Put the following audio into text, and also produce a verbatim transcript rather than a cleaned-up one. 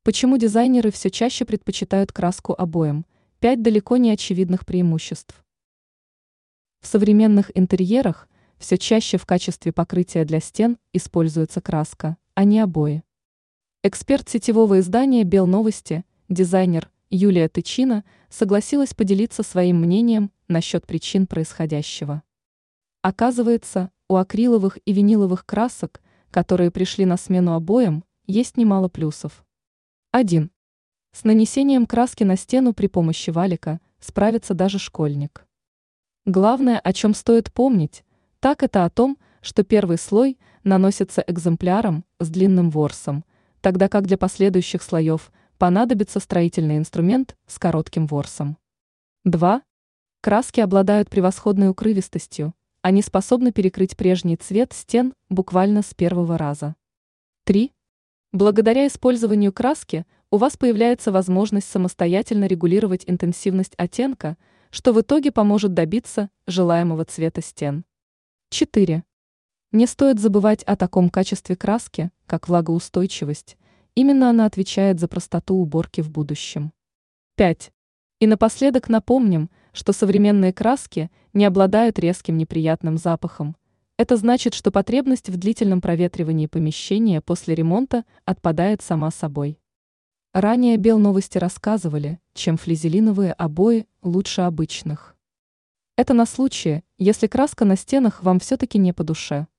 Почему дизайнеры все чаще предпочитают краску обоям? Пять далеко не очевидных преимуществ. В современных интерьерах все чаще в качестве покрытия для стен используется краска, а не обои. Эксперт сетевого издания «Белновости», дизайнер Юлия Тычина, согласилась поделиться своим мнением насчет причин происходящего. Оказывается, у акриловых и виниловых красок, которые пришли на смену обоям, есть немало плюсов. один. С нанесением краски на стену при помощи валика справится даже школьник. Главное, о чем стоит помнить, так это о том, что первый слой наносится экземпляром с длинным ворсом, тогда как для последующих слоев понадобится строительный инструмент с коротким ворсом. два. Краски обладают превосходной укрывистостью, они способны перекрыть прежний цвет стен буквально с первого раза. три. Благодаря использованию краски у вас появляется возможность самостоятельно регулировать интенсивность оттенка, что в итоге поможет добиться желаемого цвета стен. четыре. Не стоит забывать о таком качестве краски, как влагоустойчивость, именно она отвечает за простоту уборки в будущем. пять. И напоследок напомним, что современные краски не обладают резким неприятным запахом. Это значит, что потребность в длительном проветривании помещения после ремонта отпадает сама собой. Ранее Белновости рассказывали, чем флизелиновые обои лучше обычных. Это на случай, если краска на стенах вам все-таки не по душе.